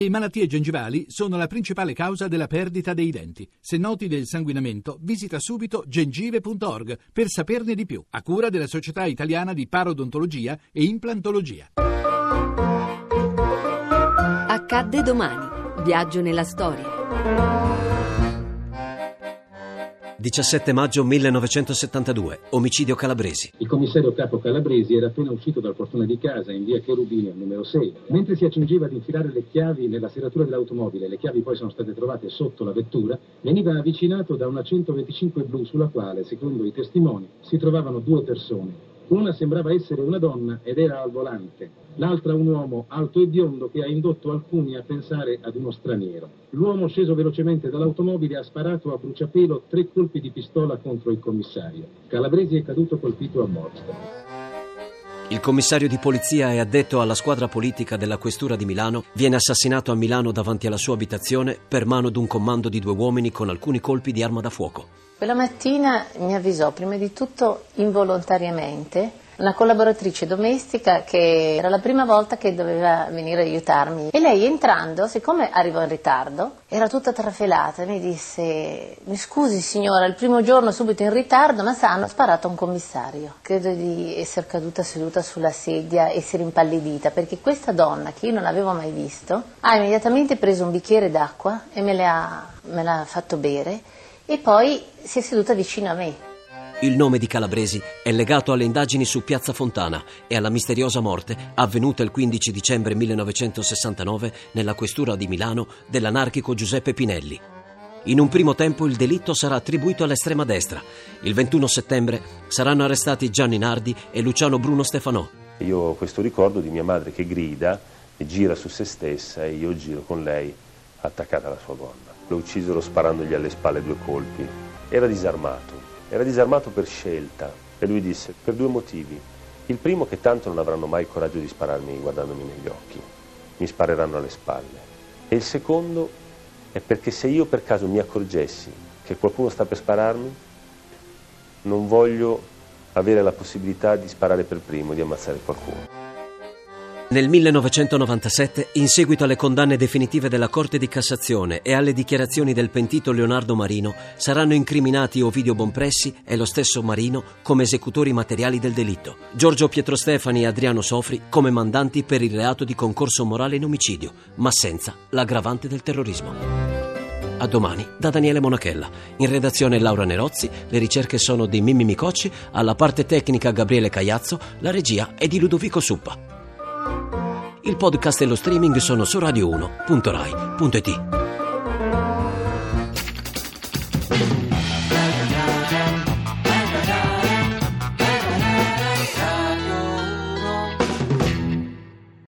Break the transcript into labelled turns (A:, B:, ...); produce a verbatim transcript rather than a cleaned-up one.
A: Le malattie gengivali sono la principale causa della perdita dei denti. Se noti del sanguinamento, visita subito gengive punto org per saperne di più, a cura della Società Italiana di Parodontologia e Implantologia.
B: Accadde domani. Viaggio nella storia.
C: diciassette maggio millenovecentosettantadue, omicidio Calabresi.
D: Il commissario capo Calabresi era appena uscito dal portone di casa in via Cherubini al numero sei. Mentre si accingeva ad infilare le chiavi nella serratura dell'automobile, le chiavi poi sono state trovate sotto la vettura, veniva avvicinato da una centoventicinque blu sulla quale, secondo i testimoni, si trovavano due persone. Una sembrava essere una donna ed era al volante, l'altra un uomo alto e biondo che ha indotto alcuni a pensare ad uno straniero. L'uomo, sceso velocemente dall'automobile, ha sparato a bruciapelo tre colpi di pistola contro il commissario. Calabresi è caduto colpito a morte.
C: Il commissario di polizia e addetto alla squadra politica della questura di Milano viene assassinato a Milano davanti alla sua abitazione per mano d'un comando di due uomini con alcuni colpi di arma da fuoco.
E: Quella mattina mi avvisò prima di tutto involontariamente una collaboratrice domestica che era la prima volta che doveva venire ad aiutarmi e lei, entrando, siccome arrivò in ritardo, era tutta trafelata e mi disse: mi scusi signora, il primo giorno subito in ritardo, ma sa, hanno sparato a un commissario. Credo di essere caduta seduta sulla sedia e essere impallidita, perché questa donna, che io non avevo mai visto, ha immediatamente preso un bicchiere d'acqua e me l'ha, me l'ha fatto bere e poi si è seduta vicino a me.
C: Il nome di Calabresi è legato alle indagini su Piazza Fontana e alla misteriosa morte avvenuta il quindici dicembre millenovecentosessantanove nella questura di Milano dell'anarchico Giuseppe Pinelli. In un primo tempo il delitto sarà attribuito all'estrema destra. Il ventuno settembre saranno arrestati Gianni Nardi e Luciano Bruno Stefanò.
F: Io ho questo ricordo di mia madre che grida e gira su se stessa e io giro con lei attaccata alla sua gonna. Lo uccisero sparandogli alle spalle due colpi. Era disarmato. Era disarmato per scelta e lui disse: per due motivi. Il primo, che tanto non avranno mai il coraggio di spararmi guardandomi negli occhi, mi spareranno alle spalle. E il secondo è perché se io per caso mi accorgessi che qualcuno sta per spararmi, non voglio avere la possibilità di sparare per primo, di ammazzare qualcuno.
C: Nel millenovecentonovantasette, in seguito alle condanne definitive della Corte di Cassazione e alle dichiarazioni del pentito Leonardo Marino, saranno incriminati Ovidio Bonpressi e lo stesso Marino come esecutori materiali del delitto, Giorgio Pietrostefani e Adriano Sofri come mandanti per il reato di concorso morale in omicidio, ma senza l'aggravante del terrorismo. A domani da Daniele Monachella. In redazione Laura Nerozzi, le ricerche sono di Mimmi Micocci, alla parte tecnica Gabriele Cagliazzo, la regia è di Ludovico Suppa. Il podcast e lo streaming sono su radio uno punto rai punto it.